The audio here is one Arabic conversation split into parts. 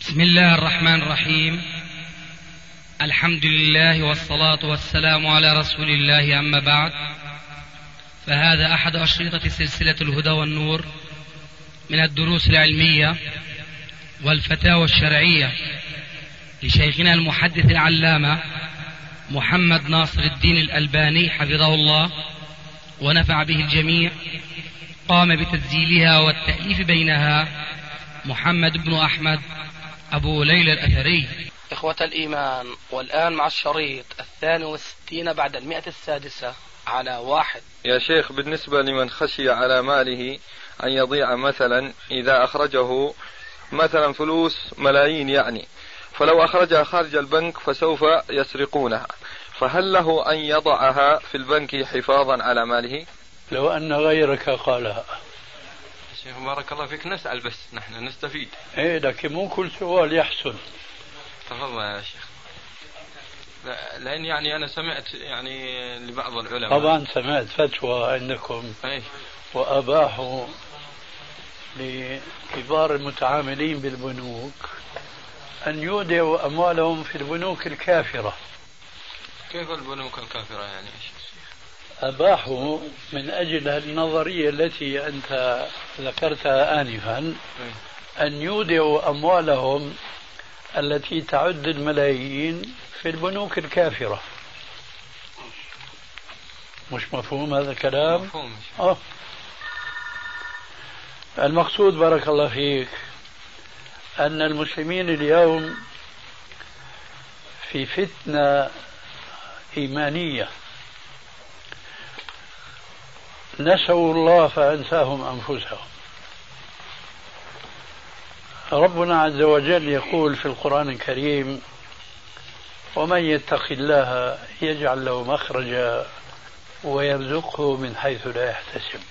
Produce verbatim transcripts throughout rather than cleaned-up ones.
بسم الله الرحمن الرحيم. الحمد لله والصلاة والسلام على رسول الله، أما بعد، فهذا أحد أشرطة سلسلة الهدى والنور من الدروس العلمية والفتاوى الشرعية لشيخنا المحدث العلامة محمد ناصر الدين الألباني حفظه الله ونفع به الجميع. قام بتسجيلها والتأليف بينها محمد بن أحمد أبو ليلى الأثري. إخوة الإيمان، والآن مع الشريط الثاني والستين بعد المئة السادسة على واحد. يا شيخ، بالنسبة لمن خشي على ماله أن يضيع، مثلا إذا أخرجه مثلا فلوس ملايين يعني، فلو أخرجها خارج البنك فسوف يسرقونها، فهل له أن يضعها في البنك حفاظا على ماله؟ لو أن غيرك قالها. شيخ بارك الله فيك، نسأل بس نحن نستفيد. إيه، لكن مو كل سؤال يحسن. تفضل يا شيخ. لأن يعني أنا سمعت يعني لبعض العلماء، طبعا سمعت فتوى عندكم أي. وأباحوا لكبار المتعاملين بالبنوك أن يودعوا أموالهم في البنوك الكافرة. كيف البنوك الكافرة يعني يا شيخ؟ أباحوا من أجل النظرية التي أنت ذكرتها آنفا أن يودعوا أموالهم التي تعد الملايين في البنوك الكافرة. مش مفهوم هذا الكلام؟ مفهوم. آه. المقصود بارك الله فيك أن المسلمين اليوم في فتنة إيمانية، نسوا الله فأنساهم أنفسهم. ربنا عز وجل يقول في القرآن الكريم: ومن يتق الله يجعل له مخرجا ويرزقه من حيث لا يحتسب.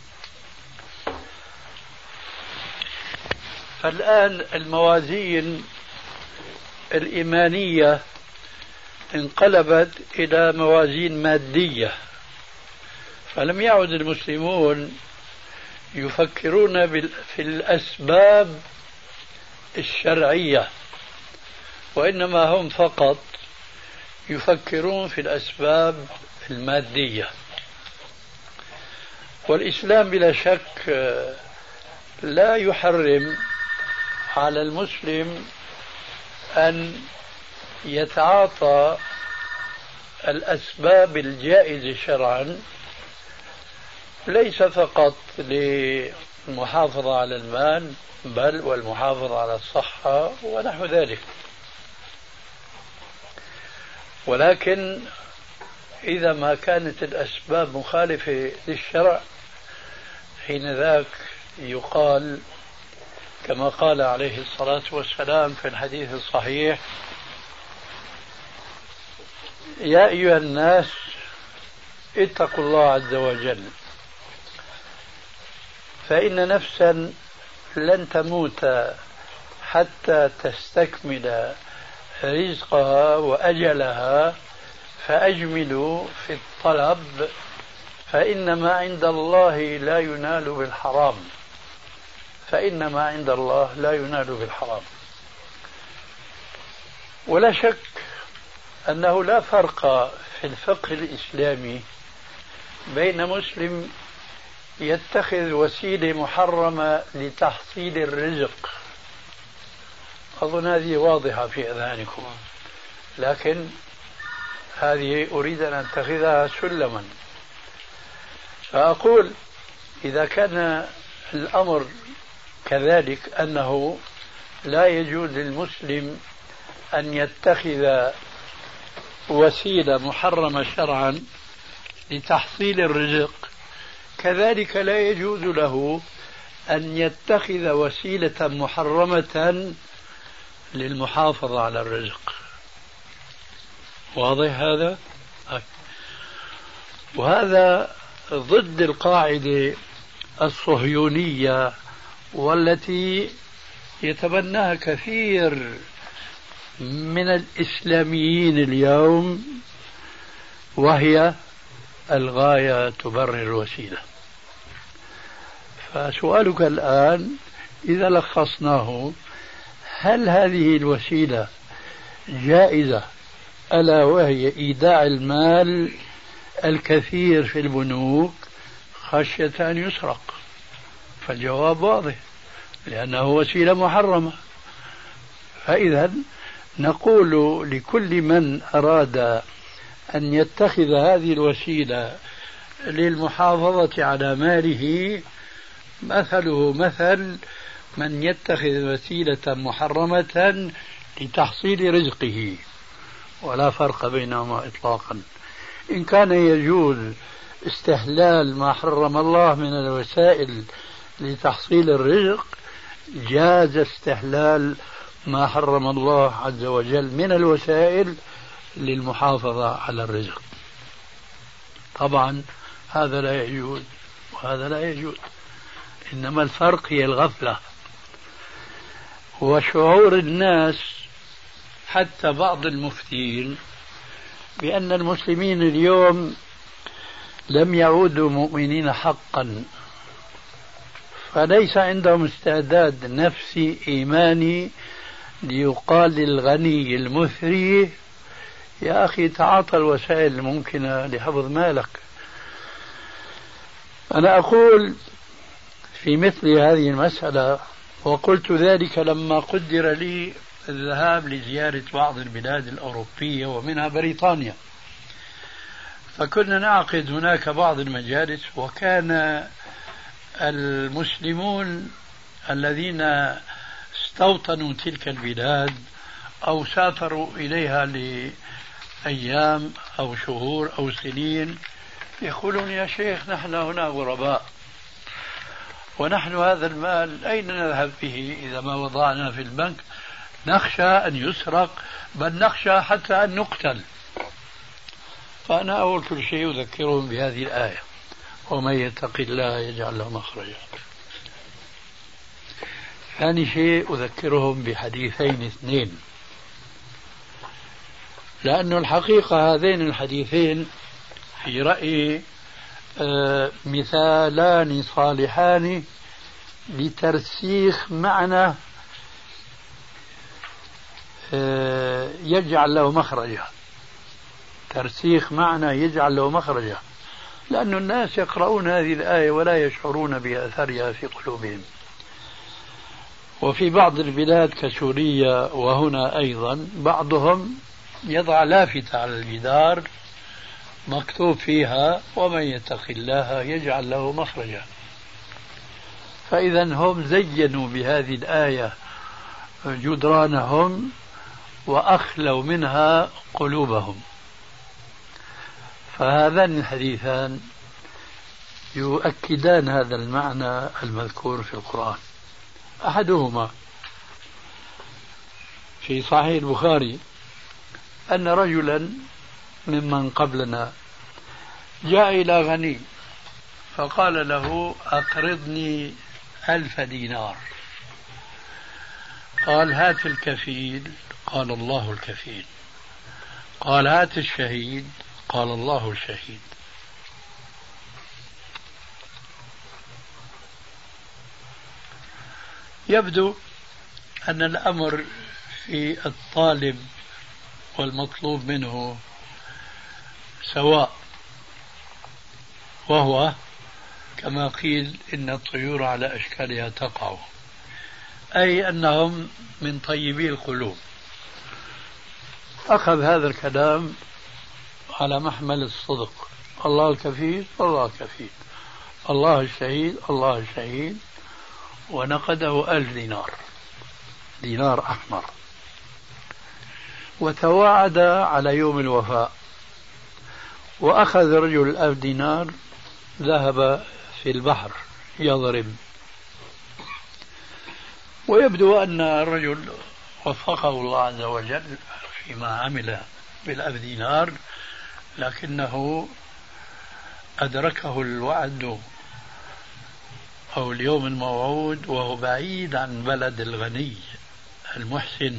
فالآن الموازين الإيمانية انقلبت إلى موازين مادية، فلم يعد المسلمون يفكرون في الأسباب الشرعية، وإنما هم فقط يفكرون في الأسباب المادية. والإسلام بلا شك لا يحرم على المسلم أن يتعاطى الأسباب الجائزة شرعا، ليس فقط للمحافظة على المال بل والمحافظة على الصحة ونحو ذلك. ولكن إذا ما كانت الأسباب مخالفة للشرع، حين ذاك يقال كما قال عليه الصلاة والسلام في الحديث الصحيح: يا أيها الناس اتقوا الله عز وجل، فإن نفسا لن تموت حتى تستكمل رزقها وأجلها، فأجملوا في الطلب، فإنما عند الله لا ينال بالحرام فإنما عند الله لا ينال بالحرام. ولا شك أنه لا فرق في الفقه الإسلامي بين مسلم يتخذ وسيلة محرمة لتحصيل الرزق، أظن هذه واضحة في أذهانكم، لكن هذه أريد أن أتخذها سلما. فأقول إذا كان الأمر كذلك أنه لا يجوز للمسلم أن يتخذ وسيلة محرمة شرعا لتحصيل الرزق، كذلك لا يجوز له أن يتخذ وسيلة محرمة للمحافظة على الرزق. واضح هذا؟ وهذا ضد القاعدة الصهيونية والتي يتبناها كثير من الإسلاميين اليوم، وهي الغاية تبرر الوسيلة. فسؤالك الآن إذا لخصناه: هل هذه الوسيلة جائزة، ألا وهي إيداع المال الكثير في البنوك خشية أن يسرق؟ فالجواب واضح، لأنه وسيلة محرمة. فإذا نقول لكل من أراد أن يتخذ هذه الوسيلة للمحافظة على ماله مثله مثل من يتخذ وسيلة محرمة لتحصيل رزقه، ولا فرق بينهما إطلاقا. إن كان يجوز استحلال ما حرم الله من الوسائل لتحصيل الرزق، جاز استحلال ما حرم الله عز وجل من الوسائل للمحافظة على الرزق. طبعا هذا لا يجوز وهذا لا يجوز، إنما الفرق هي الغفلة وشعور الناس، حتى بعض المفتين، بأن المسلمين اليوم لم يعودوا مؤمنين حقا، فليس عندهم استعداد نفسي إيماني ليقال للغني المثري يا أخي تعاطى الوسائل الممكنة لحفظ مالك. أنا أقول في مثل هذه المسألة، وقلت ذلك لما قدر لي الذهاب لزيارة بعض البلاد الأوروبية ومنها بريطانيا، فكنا نعقد هناك بعض المجالس، وكان المسلمون الذين استوطنوا تلك البلاد أو سافروا إليها لأيام أو شهور أو سنين يقولون يا شيخ نحن هنا غرباء، ونحن هذا المال أين نذهب به إذا ما وضعنا في البنك؟ نخشى أن يسرق، بل نخشى حتى أن نقتل. فأنا أول كل شيء أذكرهم بهذه الآية: ومن يتق الله يجعل له مخرجا. ثاني شيء أذكرهم بحديثين اثنين، لأن الحقيقة هذين الحديثين في رأيي مثالان صالحان لترسيخ معنى يجعل له مخرجا، ترسيخ معنى يجعل له مخرجا، لأن الناس يقرؤون هذه الآية ولا يشعرون بأثرها في قلوبهم. وفي بعض البلاد كسوريا وهنا أيضا بعضهم يضع لافتة على الجدار مكتوب فيها ومن يتق الله يجعل له مخرجا. فإذا هم زينوا بهذه الآية جدرانهم وأخلوا منها قلوبهم. فهذان الحديثان يؤكدان هذا المعنى المذكور في القرآن. أحدهما في صحيح البخاري أن رجلا ممن قبلنا جاء إلى غني فقال له أقرضني ألف دينار. قال هات الكفيل، قال الله الكفيل. قال هات الشهيد، قال الله الشهيد. يبدو أن الأمر في الطالب والمطلوب منه سواء، وهو كما قيل إن الطيور على أشكالها تقع، أي أنهم من طيبي القلوب. أخذ هذا الكلام على محمل الصدق: الله الكفيل، الله الكفيل، الله الشهيد، الله الشهيد. ونقده ألف دينار، دينار أحمر، وتواعد على يوم الوفاء. وأخذ رجل الألف دينار ذهب في البحر يضرب. ويبدو أن الرجل وفقه الله عز وجل فيما عمل بالألف دينار، لكنه أدركه الوعد أو اليوم الموعود وهو بعيد عن بلد الغني المحسن،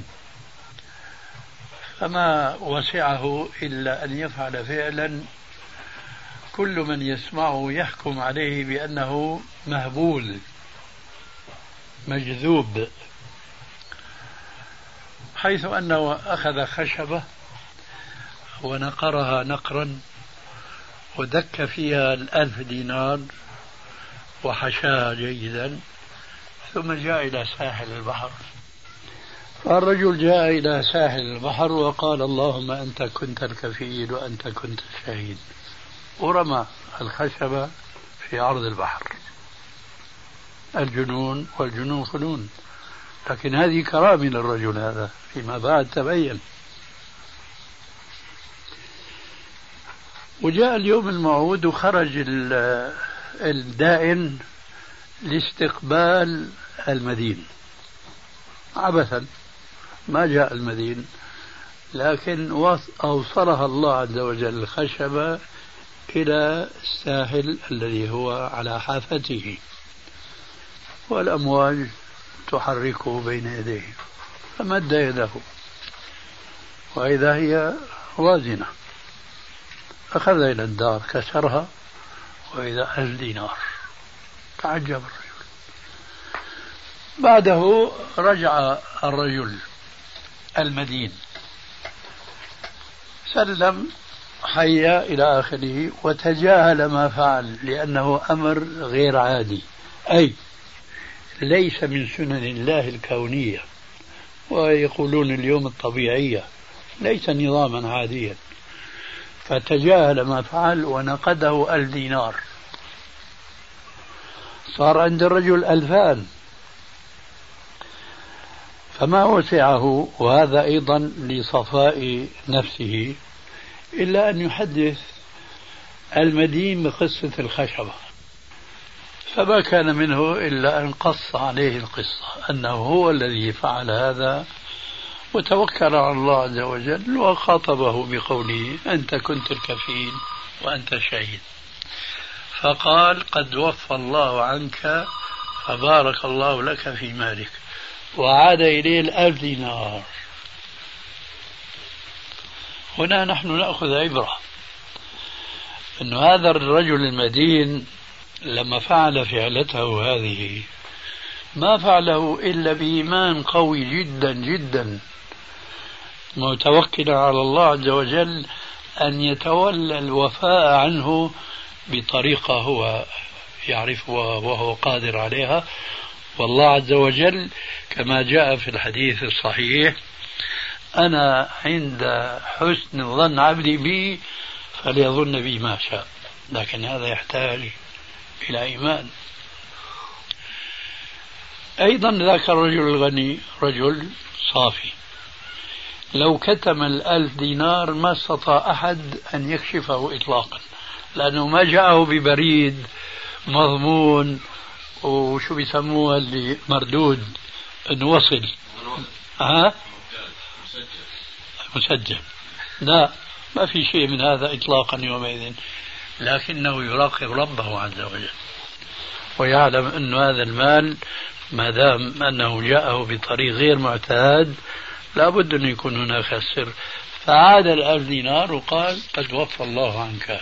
فما وسعه إلا أن يفعل فعلا كل من يسمعه يحكم عليه بأنه مهبول مجذوب. حيث أنه أخذ خشبة ونقرها نقرا ودك فيها الألف دينار وحشاها جيدا، ثم جاء إلى ساحل البحر. فالرجل جاء إلى ساحل البحر وقال اللهم أنت كنت الكفيل وأنت كنت الشهيد، ورمى الخشبة في عرض البحر. الجنون والجنون فنون، لكن هذه كرامة للرجل هذا فيما بعد تبين. وجاء اليوم الموعود وخرج الدائن لاستقبال المدين عبثا، ما جاء المدين، لكن أوصلها الله عز وجل الخشبة إلى الساحل الذي هو على حافته، والأمواج تحركه بين يديه، فمد يده وإذا هي وازنة، أخذ إلى الدار كسرها وإذا ألف دينار. تعجب الرجل. بعده رجع الرجل المدين، سلم حيا إلى آخره وتجاهل ما فعل، لأنه أمر غير عادي، أي ليس من سنن الله الكونية، ويقولون اليوم الطبيعية، ليس نظاما عاديا. فتجاهل ما فعل ونقده ألف دينار، صار عند الرجل ألفان، فما وسعه، وهذا أيضا لصفاء نفسه، إلا أن يحدث المدين بقصة الخشبة، فما كان منه إلا أن قص عليه القصة أنه هو الذي فعل هذا، وتوكل على الله عز وجل وخاطبه بقوله أنت كنت الكفيل وأنت الشهيد. فقال قد وفى الله عنك فبارك الله لك في مالك، وعاد إليه الألف دينار. هنا نحن نأخذ عبرة أن هذا الرجل المدين لما فعل فعلته هذه ما فعله إلا بإيمان قوي جدا جدا، متوكلا على الله عز وجل أن يتولى الوفاء عنه بطريقة هو يعرفها وهو قادر عليها. والله عز وجل كما جاء في الحديث الصحيح أنا عند حسن ظن عبدي بي فليظن بي ما شاء، لكن هذا يحتاج إلى إيمان. أيضا ذاك الرجل الغني رجل صافي، لو كتم الألف دينار ما استطاع أحد أن يكشفه إطلاقا، لأنه ما جاءه ببريد مضمون وشو بيسموها اللي مردود أنه وصل ها مسجل، لا ما في شيء من هذا إطلاقا يومئذ، لكنه يراقب ربه عز وجل ويعلم أن هذا المال ما دام أنه جاءه بطريق غير معتاد لابد أن يكون هناك السر. فعاد الألف دينار وقال قد وفى الله عنك.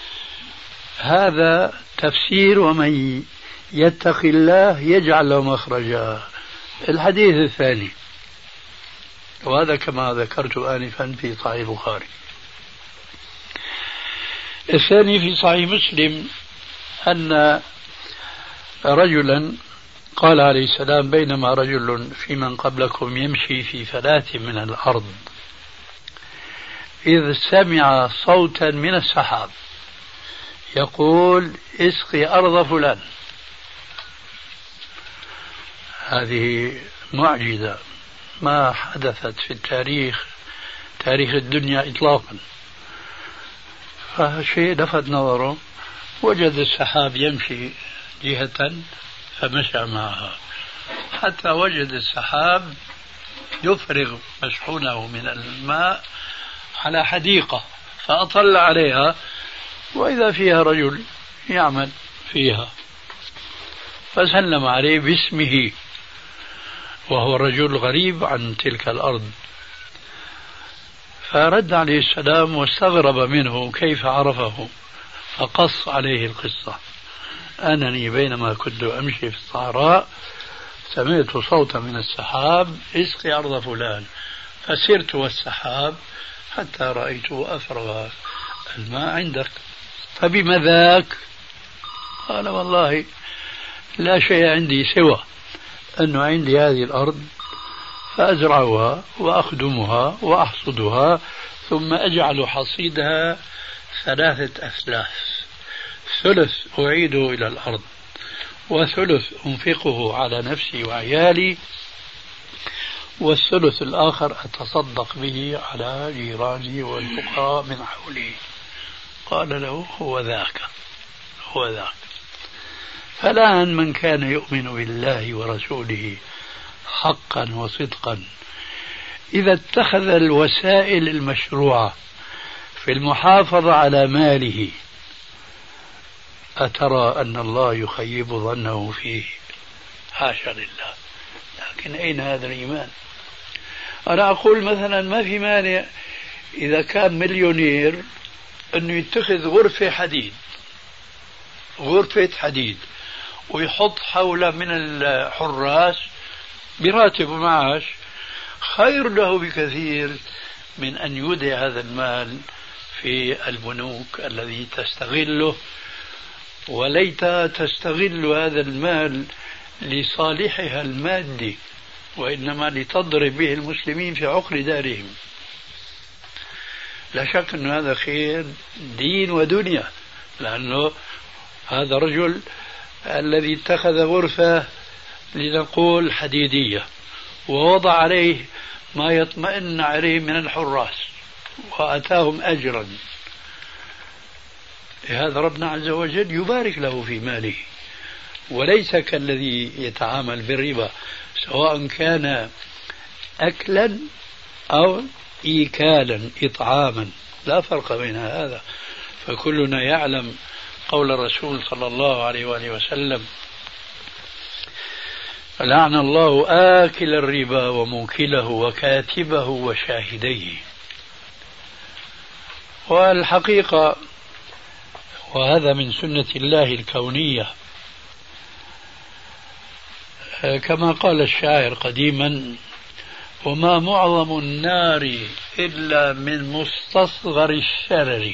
هذا تفسير ومن يتق الله يجعل له مخرجا. الحديث الثاني، وهذا كما ذكرت آنفا في صحيح البخاري. الثاني في صحيح مسلم أن رجلا قال عليه السلام بينما رجل في من قبلكم يمشي في فلاة من الأرض إذ سمع صوتا من السحاب يقول اسقي أرض فلان. هذه معجزة ما حدثت في التاريخ تاريخ الدنيا إطلاقا. فشيء لفت نظره، وجد السحاب يمشي جهة فمشى معها حتى وجد السحاب يفرغ مشحونه من الماء على حديقة، فأطل عليها وإذا فيها رجل يعمل فيها، فسلم عليه باسمه وهو رجل غريب عن تلك الأرض، فرد عليه السلام واستغرب منه كيف عرفه، فقص عليه القصة: أنني بينما كنت أمشي في الصحراء سمعت صوتا من السحاب اسقي أرض فلان، فسرت والسحاب حتى رأيته أفرغ الماء عندك، فبما ذاك؟ قال والله لا شيء عندي سوى أنه عندي هذه الأرض فأزرعها وأخدمها وأحصدها ثم أجعل حصيدها ثلاثة أثلاث، ثلث أعيده إلى الأرض وثلث أنفقه على نفسي وعيالي والثلث الآخر أتصدق به على جيراني والفقراء من حولي. قال له هو ذاك هو ذاك. فالآن من كان يؤمن بالله ورسوله حقا وصدقا إذا اتخذ الوسائل المشروعة في المحافظة على ماله، أترى أن الله يخيب ظنه فيه؟ حاشا لله. لكن أين هذا الإيمان؟ أنا أقول مثلا ما في مانع إذا كان مليونير أنه يتخذ غرفة حديد غرفة حديد ويحط حوله من الحراس براتب ومعاش، خير له بكثير من أن يودع هذا المال في البنوك الذي تستغله، وليت تستغل هذا المال لصالحها المادي وإنما لتضرب به المسلمين في عقر دارهم. لا شك أن هذا خير دين ودنيا، لأنه هذا رجل الذي اتخذ غرفة لنقول حديدية ووضع عليه ما يطمئن عليه من الحراس وأتاهم أجرا، هذا ربنا عز وجل يبارك له في ماله، وليس كالذي يتعامل بالربا سواء كان أكلا أو إيكالا إطعاما، لا فرق بين هذا. فكلنا يعلم قول الرسول صلى الله عليه وآله وسلم: لعن الله آكل الربا وموكله وكاتبه وشاهديه. والحقيقة وهذا من سنة الله الكونية، كما قال الشاعر قديما: وما معظم النار إلا من مستصغر الشرر.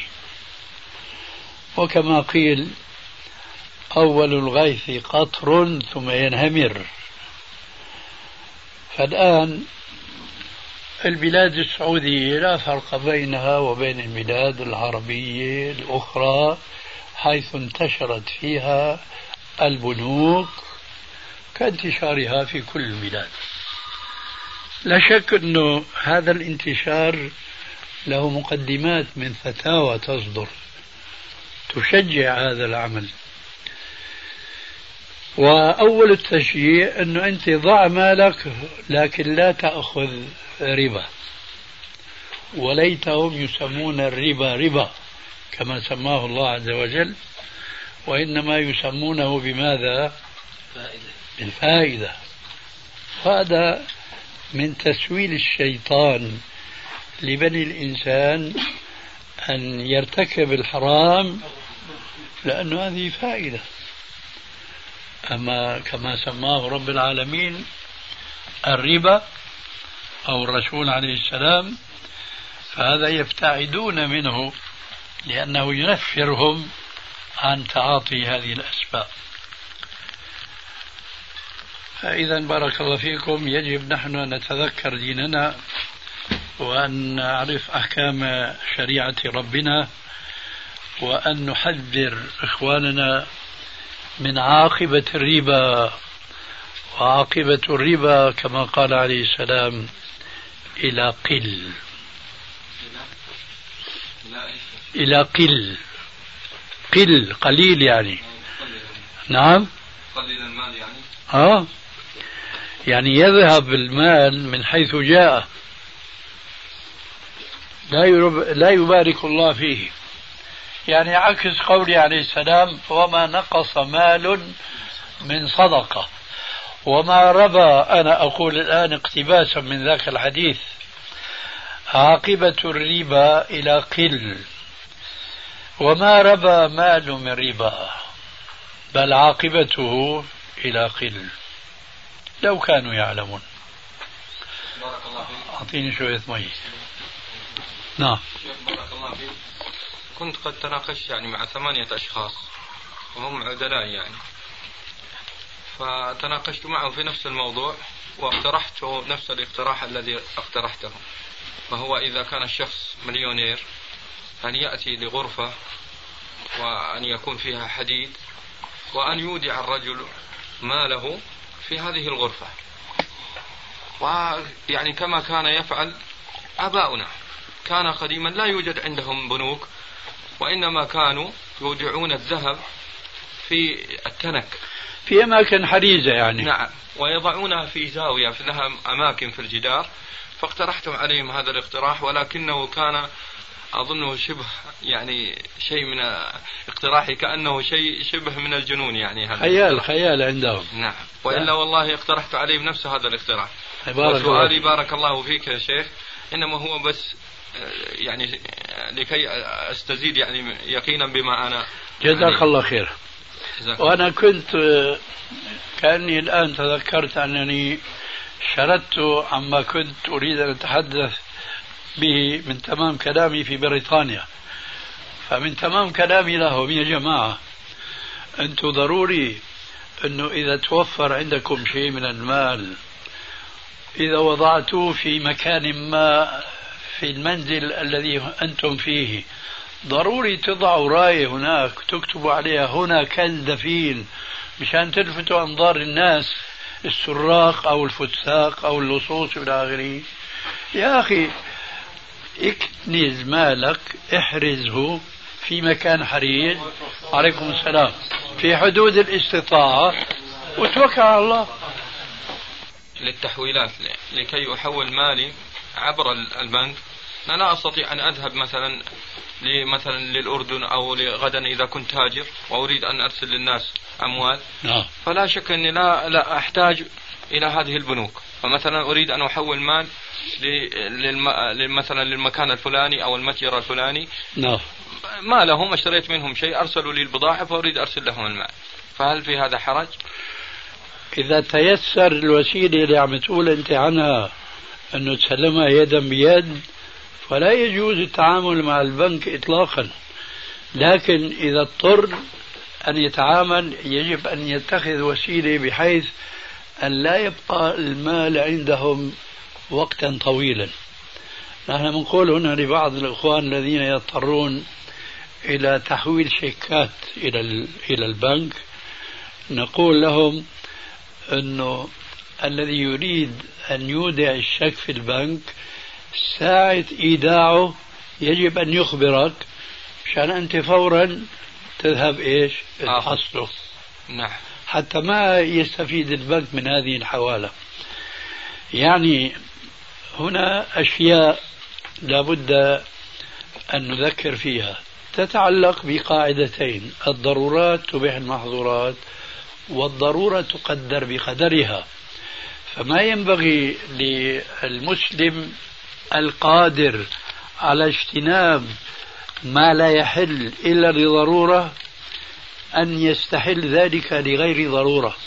وكما قيل: أول الغيث قطر ثم ينهمر. فالآن البلاد السعودية لا فرق بينها وبين البلاد العربية الأخرى حيث انتشرت فيها البنوك كانتشارها في كل البلاد. لا شك أنه هذا الانتشار له مقدمات من فتاوى تصدر تشجع هذا العمل. وأول التشجيع أنه أنت ضع مالك لكن لا تأخذ ربا، وليتهم يسمون الربا ربا كما سماه الله عز وجل، وإنما يسمونه بماذا؟ الفائدة. هذا من تسويل الشيطان لبني الإنسان أن يرتكب الحرام لأنه هذه فائدة. أما كما سماه رب العالمين الربا أو الرسول عليه السلام، فهذا يبتعدون منه لأنه ينفرهم عن تعاطي هذه الأسباب. فإذا بارك الله فيكم، يجب نحن أن نتذكر ديننا وأن نعرف أحكام شريعة ربنا، وأن نحذر إخواننا من عاقبة الربا. وعاقبة الربا كما قال عليه السلام: إلى قل إلى قل قل قليل يعني. نعم، قليل المال يعني آه يعني يذهب المال من حيث جاء، لا لا يبارك الله فيه. يعني عكس قوله عليه السلام: وما نقص مال من صدقة. وما ربى، أنا أقول الآن اقتباسا من ذاك الحديث: عاقبة الربا إلى قل، وما ربى مال من ربا، بل عاقبته إلى قل، لو كانوا يعلمون. أعطيني شوية مي. نعم. بارك الله فيك. كنت قد تناقشت يعني مع ثمانية أشخاص وهم عدلاء يعني، فتناقشت معه في نفس الموضوع واقترحت نفس الاقتراح الذي اقترحته، فهو إذا كان الشخص مليونير أن يأتي لغرفة وأن يكون فيها حديد وأن يودع الرجل ماله في هذه الغرفة، ويعني كما كان يفعل آباؤنا. كان قديما لا يوجد عندهم بنوك، وإنما كانوا يودعون الذهب في التنك في أماكن حريزة يعني. نعم، ويضعونها في زاوية في لها أماكن في الجدار. فاقترحت عليهم هذا الاقتراح، ولكنه كان أظنه شبه يعني شيء من اقتراحي كأنه شيء شبه من الجنون يعني. هذا خيال خيال عندهم. نعم، وإلا والله اقترحت عليهم نفس هذا الاقتراح. بارك وسؤالي بارك الله فيك يا شيخ إنما هو بس يعني لكي أستزيد يعني يقينا بما أنا. جزاك يعني الله خير. وأنا كنت كأني الآن تذكرت أنني شردت عما كنت أريد أن أتحدث به من تمام كلامي في بريطانيا. فمن تمام كلامي لهم يا جماعة أنتم ضروري أنه إذا توفر عندكم شيء من المال إذا وضعتوه في مكان ما في المنزل الذي أنتم فيه ضروري تضعوا راية هناك تكتبوا عليها هنا كنز دفين مشان تلفتوا أنظار الناس السراق أو الفساق أو اللصوص إلى آخره. يا أخي اكنز مالك احرزه في مكان حريز عليكم السلام في حدود الاستطاعة وتوكل على الله. للتحويلات لكي أحول مالي عبر البنك أنا لا أستطيع أن أذهب مثلا مثلا للأردن أو غدا إذا كنت تاجر وأريد أن أرسل للناس أموال فلا شك أني لا, لا أحتاج إلى هذه البنوك. فمثلا أريد أن أحول مال مثلا للمكان الفلاني أو المتجر الفلاني ما لهم اشتريت منهم شيء أرسلوا لي البضاعة فأريد أرسل لهم المال، فهل في هذا حرج؟ إذا تيسر الوسيلة اللي عم تقول أنت عنها أنه تسلمها يدا بيد فلا يجوز التعامل مع البنك إطلاقا، لكن إذا اضطر أن يتعامل يجب أن يتخذ وسيلة بحيث أن لا يبقى المال عندهم وقتا طويلا. نحن نقول هنا لبعض الإخوان الذين يضطرون إلى تحويل شيكات إلى إلى البنك نقول لهم أنه الذي يريد أن يودع الشيك في البنك ساعة إيداعه يجب أن يخبرك مشان أنت فورا تذهب إيش تحصله. نعم. حتى ما يستفيد البنك من هذه الحوالة. يعني هنا أشياء لابد أن نذكر فيها تتعلق بقاعدتين: الضرورات تبيح المحظورات والضرورة تقدر بقدرها. فما ينبغي للمسلم القادر على اجتناب ما لا يحل إلا لضرورة أن يستحل ذلك لغير ضرورة.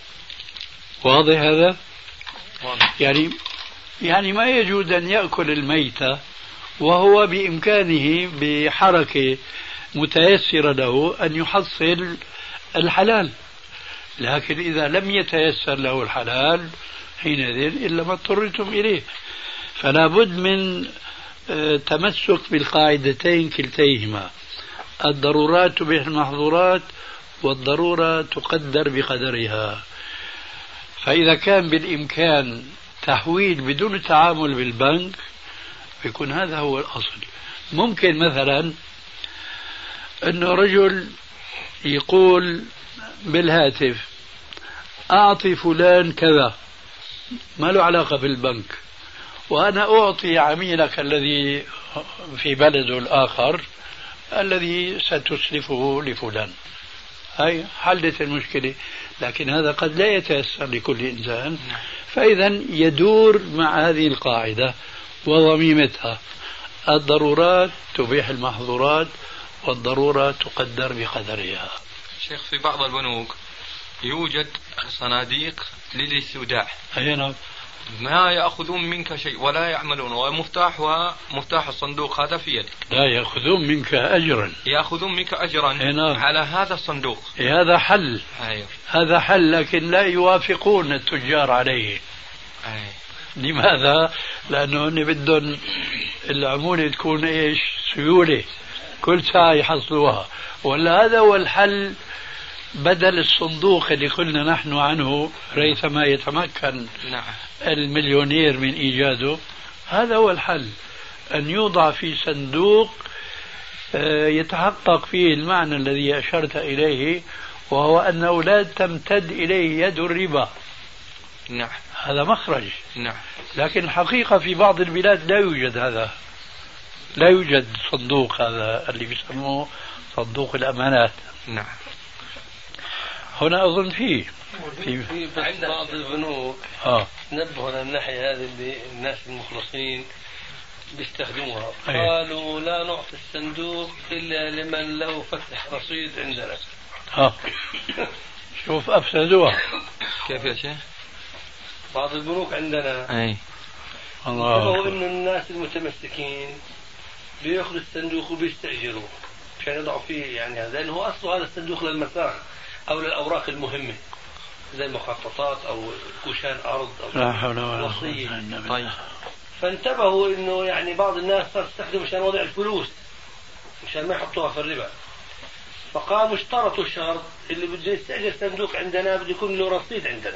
واضح هذا؟ يعني يعني ما يجوز أن يأكل الميتة وهو بإمكانه بحركة متيسرة له أن يحصل الحلال، لكن إذا لم يتيسر له الحلال حينئذ إلا ما اضطررتم إليه. فلا بد من تمسك بالقاعدتين كلتيهما: الضرورات تبيح المحظورات والضرورة تقدر بقدرها. فإذا كان بالإمكان تحويل بدون التعامل بالبنك يكون هذا هو الأصل. ممكن مثلا أنه رجل يقول بالهاتف أعطي فلان كذا ما له علاقة بالبنك، وأنا أعطي عميلك الذي في بلده الآخر الذي ستسلفه لفلان. هاي حلت المشكلة، لكن هذا قد لا يتيسر لكل إنسان. فإذا يدور مع هذه القاعدة وضميمتها: الضرورات تبيح المحظورات والضرورة تقدر بقدرها. شيخ، في بعض البنوك يوجد صناديق للاستوداع. أي نعم. ما يأخذون منك شيء ولا يعملون، ومفتاح ومفتاح الصندوق هذا في يدك. لا يأخذون منك أجرا. يأخذون منك أجرا هنا. على هذا الصندوق. هذا حل. أيوه. هذا حل، لكن لا يوافقون التجار عليه. أيوه. لماذا؟ لأنه هن بدهم العمولة تكون إيش؟ سيولة، كل ساعة يحصلوها. ولا هذا هو الحل بدل الصندوق اللي قلنا نحن عنه ريثما يتمكن نعم. المليونير من إيجاده. هذا هو الحل، أن يوضع في صندوق يتحقق فيه المعنى الذي أشرت إليه، وهو أنه لا تمتد إليه يد الربا. نعم. هذا مخرج. نعم. لكن الحقيقة في بعض البلاد لا يوجد هذا، لا يوجد صندوق هذا اللي بيسموه صندوق الأمانات. نعم. هنا أظن فيه في, في عند بعض البنوك آه. نبهوا على الناحية هذه اللي الناس المخلصين بيستخدموها. أيه. قالوا لا نعطي الصندوق إلا لمن له فتح رصيد عندنا. آه. شوف أفسدوها. كيف يا شيخ؟ بعض البنوك عندنا أي الله إنه الناس المتمسكين بيأخذوا الصندوق وبيستأجروا عشان يضعوا فيه يعني هذا، لأنه أصله هذا الصندوق للمساع أو للأوراق المهمة زي المخططات أو كوشان أرض أو لا حول ولا قوة وصية. إلا بالله. طيب. فانتبهوا إنه يعني بعض الناس صار تستخدم عشان وضع الفلوس عشان ما يحطوها في الربا، فقاموا اشترطوا الشرط اللي بده يستأجر صندوق عندنا بده يكون له رصيد عندنا.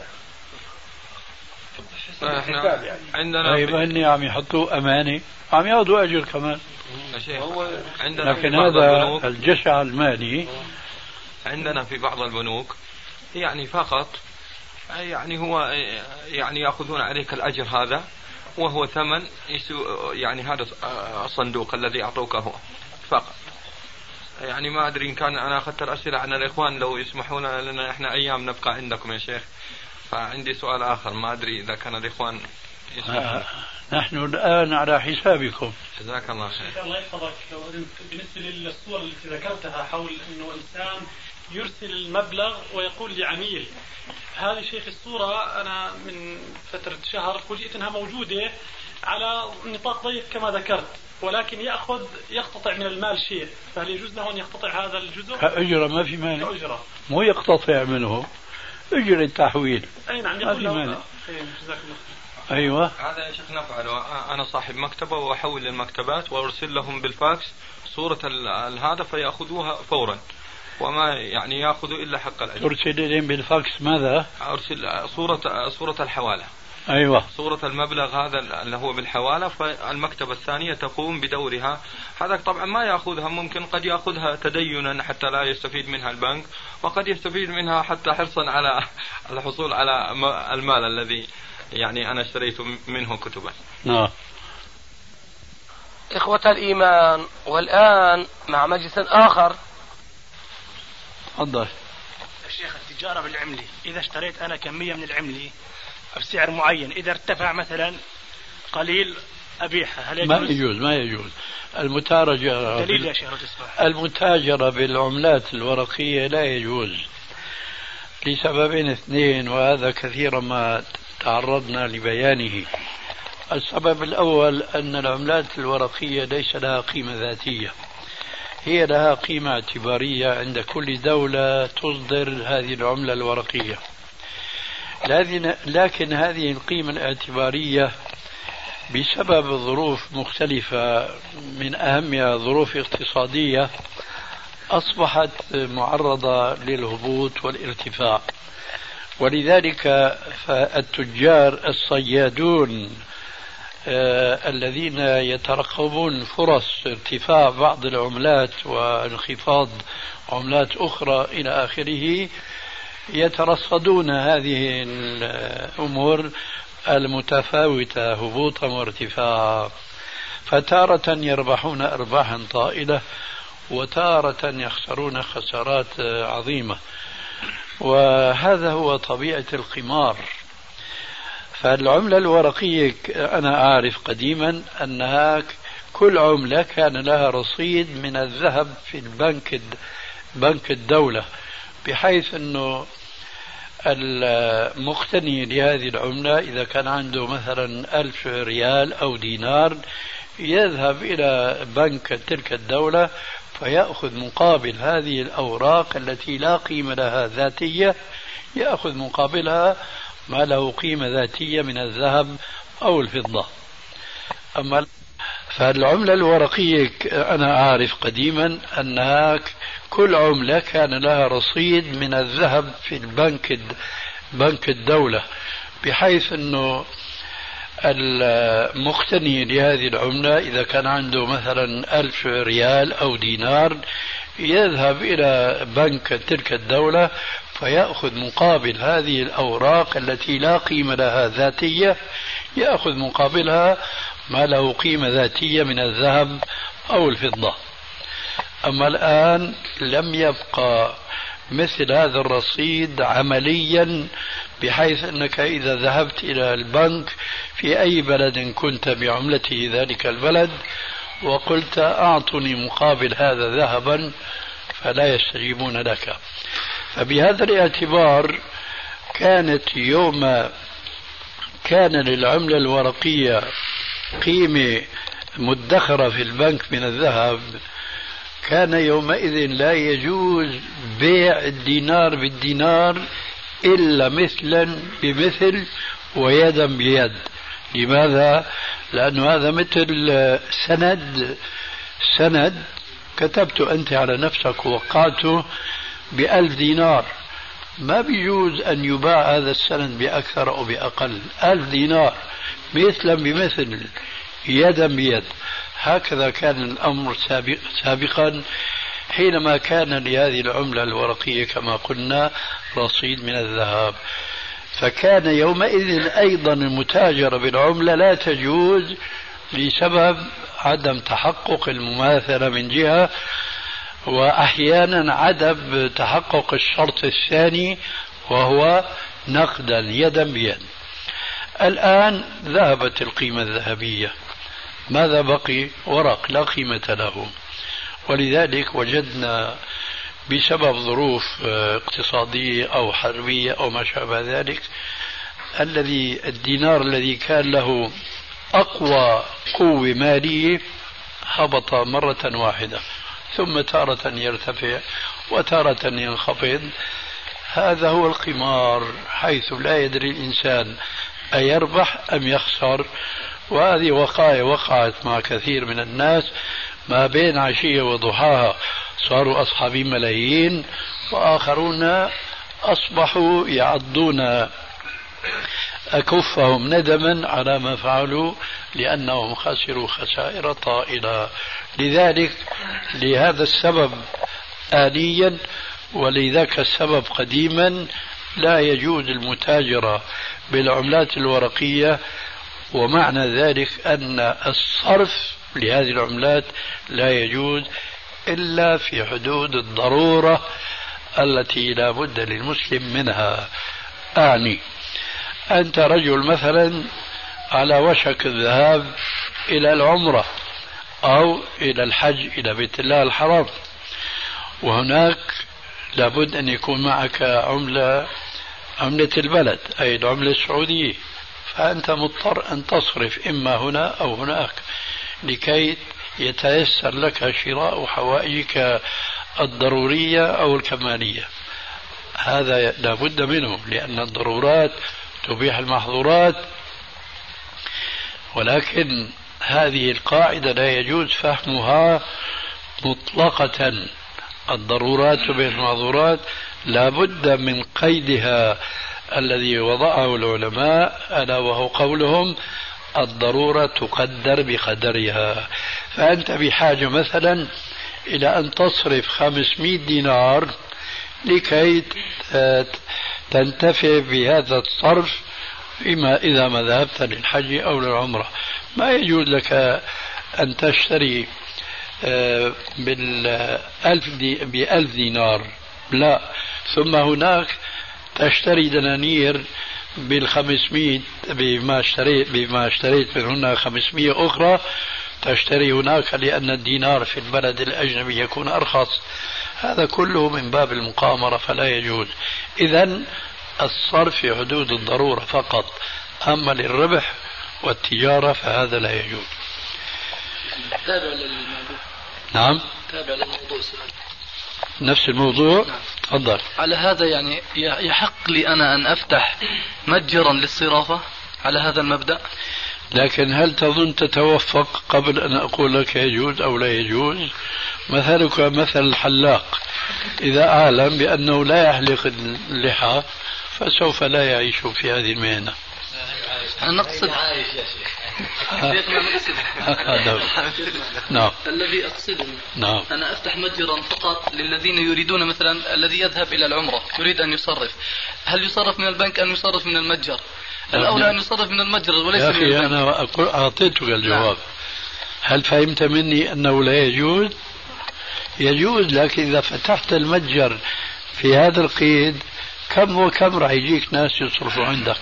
احنا يعني. عندنا طيب اني عم يحطوا امانه عم ياخذوا اجر كمان. هو عندنا لكن هذا الجشع المالي عندنا في بعض البنوك يعني فقط يعني هو يعني ياخذون عليك الاجر هذا وهو ثمن يعني هذا الصندوق الذي اعطوك هو فقط. يعني ما ادري ان كان انا اخذت الاسئله عن الاخوان لو يسمحون لنا احنا ايام نبقى عندكم يا شيخ. فعندي سؤال آخر ما أدري إذا كان الإخوان آه نحن الآن على حسابكم. جزاك الله خير. الله يحفظك. بالنسبة للصورة التي ذكرتها حول أنه إنسان يرسل المبلغ ويقول لعميل، هذه شيخ الصورة أنا من فترة شهر فوجئت أنها موجودة على نطاق ضيق كما ذكرت، ولكن يأخذ يقتطع من المال شيء، فهل يجوز له أن يقتطع هذا الجزء؟ كأجرة ما في مانع. كأجرة. مو يقتطع منه، أجر التحويل. أي نعم يقول له. أيوة. هذا يا شيخ نفعله. أنا صاحب مكتبة وأحول للمكتبات وأرسل لهم بالفاكس صورة هذا فيأخذوها فورا وما يعني يأخذوا إلا حق الأجر. ترسل لهم بالفاكس ماذا؟ أرسل صورة صورة الحوالة. أيوة. صورة المبلغ هذا اللي هو بالحوالة، فالمكتبة الثانية تقوم بدورها. هذا طبعا ما يأخذها، ممكن قد يأخذها تدينا حتى لا يستفيد منها البنك، وقد يستفيد منها حتى حرصا على الحصول على المال الذي يعني أنا اشتريت منه كتبا. نعم. إخوة الإيمان، والآن مع مجلس آخر. تفضل. الشيخ التجارة بالعملة، إذا اشتريت أنا كمية من العملة بسعر معين، إذا ارتفع مثلا قليل أبيعها، هل يجوز؟ ما يجوز ما يجوز. المتاجرة دليل يا شيخ تسمح. المتاجرة بالعملات الورقية لا يجوز لسببين اثنين، وهذا كثيرا ما تعرضنا لبيانه. السبب الأول أن العملات الورقية ليس لها قيمة ذاتية، هي لها قيمة اعتبارية عند كل دولة تصدر هذه العملة الورقية، لكن هذه القيمة الاعتبارية بسبب ظروف مختلفة من أهمها ظروف اقتصادية أصبحت معرضة للهبوط والارتفاع. ولذلك فالتجار الصيادون آه الذين يترقبون فرص ارتفاع بعض العملات وانخفاض عملات أخرى إلى آخره يترصدون هذه الأمور المتفاوتة هبوطا وارتفاعا، فتارة يربحون أرباحا طائلة وتارة يخسرون خسارات عظيمة، وهذا هو طبيعة القمار. فالعملة الورقية أنا أعرف قديما أنها كل عملة كان لها رصيد من الذهب في البنك بنك الدولة، بحيث أنه المقتني لهذه العملة إذا كان عنده مثلا ألف ريال أو دينار يذهب إلى بنك تلك الدولة فيأخذ مقابل هذه الأوراق التي لا قيمة لها ذاتية، يأخذ مقابلها ما له قيمة ذاتية من الذهب أو الفضة. أما فالعملة الورقية أنا أعرف قديما أنها كل عملة كان لها رصيد من الذهب في البنك بنك الدولة، بحيث أنه المقتني لهذه العملة إذا كان عنده مثلا ألف ريال أو دينار يذهب إلى بنك تلك الدولة فيأخذ مقابل هذه الأوراق التي لا قيمة لها ذاتية، يأخذ مقابلها ما له قيمة ذاتية من الذهب أو الفضة. أما الآن لم يبقى مثل هذا الرصيد عمليا، بحيث أنك إذا ذهبت إلى البنك في أي بلد كنت بعملته ذلك البلد وقلت أعطني مقابل هذا ذهبا فلا يستجيبون لك. فبهذا الاعتبار كانت يوم كان للعملة الورقية قيمة مدخرة في البنك من الذهب، كان يومئذ لا يجوز بيع الدينار بالدينار إلا مثلا بمثل ويدا بيد. لماذا؟ لأن هذا مثل سند سند كتبت أنت على نفسك ووقعته بألف دينار، ما بيجوز أن يباع هذا السند بأكثر أو بأقل. ألف دينار مثلا بمثل يدا بيد. هكذا كان الأمر سابق سابقا حينما كان لهذه العملة الورقية كما قلنا رصيد من الذهب. فكان يومئذ أيضا المتاجرة بالعملة لا تجوز بسبب عدم تحقق المماثلة من جهة، وأحيانا عدم تحقق الشرط الثاني وهو نقدا يدا بيد. الآن ذهبت القيمة الذهبية، ماذا بقي؟ ورق لا قيمة له. ولذلك وجدنا بسبب ظروف اقتصادية أو حربية أو ما شابه ذلك الذي الدينار الذي كان له أقوى قوة مالية هبط مرة واحدة، ثم تارة يرتفع وتارة ينخفض. هذا هو القمار، حيث لا يدري الإنسان أيربح أم يخسر. وهذه وقائع وقعت مع كثير من الناس ما بين عشية وضحاها صاروا أصحابي ملايين، وآخرون أصبحوا يعضون أكفهم ندما على ما فعلوا لأنهم خسروا خسائر طائلة. لذلك لهذا السبب آليا ولذاك السبب قديما لا يجوز المتاجرة بالعملات الورقية، ومعنى ذلك أن الصرف لهذه العملات لا يجوز إلا في حدود الضرورة التي لا بد للمسلم منها. أعني أنت رجل مثلا على وشك الذهاب إلى العمرة أو إلى الحج إلى بيت الله الحرام، وهناك لابد أن يكون معك عملة عملة البلد أي العملة السعودية، فأنت مضطر أن تصرف إما هنا أو هناك لكي يتيسر لك شراء حوائجك الضرورية أو الكمالية. هذا لا بد منه لأن الضرورات تبيح المحظورات، ولكن هذه القاعدة لا يجوز فهمها مطلقة. الضرورات تبيح المحظورات لا بد من قيدها الذي وضعه العلماء، ألا وهو قولهم الضرورة تقدر بقدرها. فأنت بحاجة مثلا إلى أن تصرف خمسمائة دينار لكي تنتفع بهذا الصرف إما إذا ما ذهبت للحج أو للعمرة. ما يجوز لك أن تشتري بالألف دي بألف دينار، لا، ثم هناك تشتري دنانير بالخمسمائة بما اشتريت بما اشتريت من هنا خمسمائة أخرى تشتري هناك، لأن الدينار في البلد الأجنبي يكون أرخص. هذا كله من باب المقامرة فلا يجوز. إذن الصرف في حدود الضرورة فقط، أما للربح والتجارة فهذا لا يجوز. تابع للموضوع. نعم تابع للموضوع سؤال. نفس الموضوع. نعم. تفضل. على هذا يعني يحق لي أنا أن أفتح متجرا للصرافة على هذا المبدأ؟ لكن هل تظن تتوفق قبل أن أقول لك يجوز أو لا يجوز؟ مثلك مثل الحلاق، إذا أعلم بأنه لا يحلق اللحى فسوف لا يعيش في هذه المهنة. أنا نقصد عايش يا شيخ. نعم. الذي أقصده نعم. أنا أفتح متجرا فقط للذين يريدون، مثلا الذي يذهب إلى العمرة يريد أن يصرف، هل يصرف من البنك أم يصرف من المتجر؟ الأولى أن يصرف من المتجر وليس يا من البنك. أخي أنا أعطيتك الجواب. نعم. هل فهمت مني أنه لا يجوز؟ يجوز، لكن إذا فتحت المتجر في هذا القيد كم وكم راح يجيك ناس يصرفوا عندك.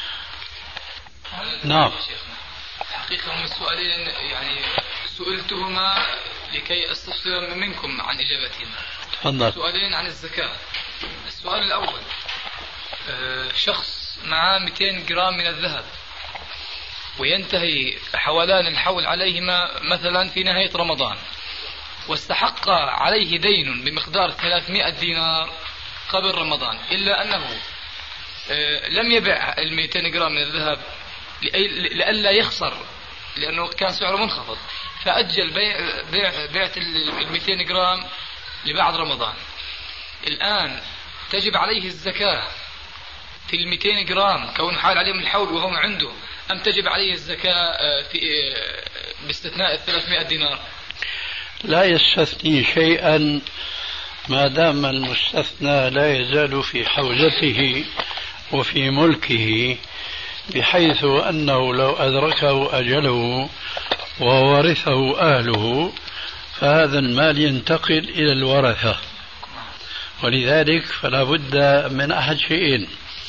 نعم. حقيقة هم السؤالين يعني سئلتهما لكي أستفسر منكم عن إجابتهما. تفضل. سؤالين عن الزكاة. السؤال الأول، شخص معه مئتين جرام من الذهب وينتهي حولان الحول عليهما مثلا في نهاية رمضان، واستحق عليه دين بمقدار ثلاثمائة دينار قبل رمضان، إلا أنه لم يبع المئتين جرام من الذهب لئلا يخسر لأنه كان سعره منخفض، فأجل بيع بيع بيعة المئتين جرام لبعد رمضان. الآن تجب عليه الزكاة في المئتين جرام كون حال عليهم الحول وهو عنده، أم تجب عليه الزكاة في باستثناء الثلاثمائة دينار؟ لا يستثني شيئا ما دام المستثنى لا يزال في حوزته وفي ملكه، بحيث أنه لو أدركه أجله وورثه أهله فهذا المال ينتقل إلى الورثة. ولذلك فلا بد من أحد شيئين: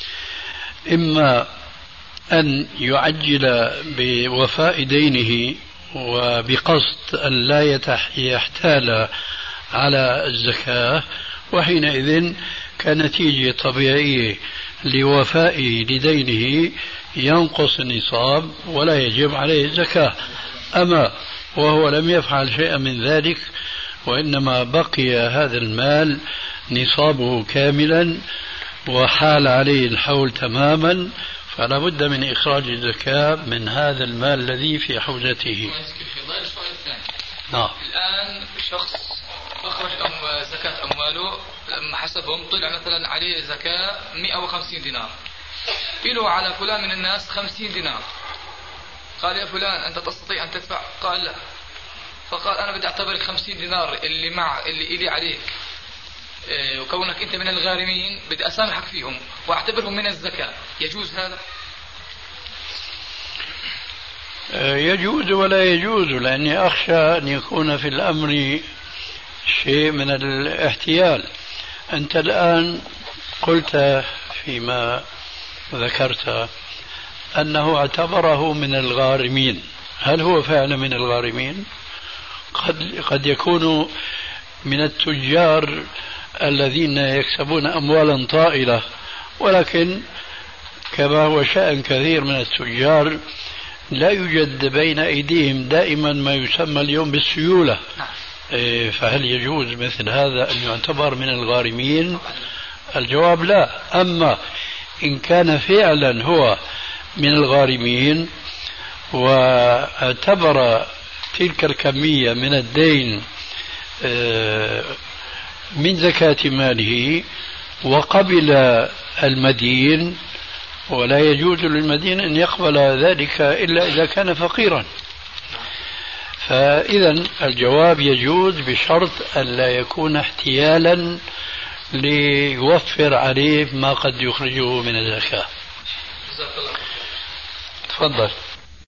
إما أن يعجل بوفاء دينه وبقصد أن لا يحتال على الزكاة، وحينئذ كنتيجة طبيعية لوفائه لدينه ينقص النصاب ولا يجب عليه الزكاة. أما وهو لم يفعل شيئا من ذلك وإنما بقي هذا المال نصابه كاملا وحال عليه الحول تماما، فلا بد من إخراج الزكاة من هذا المال الذي في حوزته. نعم. الآن شخص أخرج أم زكاة أمواله لما حسبهم طلع مثلا عليه زكاة مئة وخمسين دينار، له على فلان من الناس خمسين دينار، قال يا فلان أنت تستطيع أن تدفع؟ قال لا، فقال أنا بدي أعتبر خمسين دينار اللي مع اللي إلي عليك إيه، وكونك أنت من الغارمين بدي أسامحك فيهم وأعتبرهم من الزكاة، يجوز هذا؟ يجوز ولا يجوز، لأني أخشى أن يكون في الأمر شيء من الاحتيال. أنت الآن قلت فيما ذكرت أنه اعتبره من الغارمين، هل هو فعلا من الغارمين؟ قد, قد يكون من التجار الذين يكسبون أموالا طائلة، ولكن كما هو شأن كثير من التجار لا يوجد بين أيديهم دائما ما يسمى اليوم بالسيولة. فهل يجوز مثل هذا أن يعتبر من الغارمين؟ الجواب لا. أما إن كان فعلا هو من الغارمين واعتبر تلك الكمية من الدين من زكاة ماله وقبل المدين، ولا يجوز للمدين أن يقبل ذلك إلا إذا كان فقيرا، فإذا الجواب يجوز بشرط أن لا يكون احتيالا ليوفر عليه ما قد يخرجه من الزكاة. تفضل.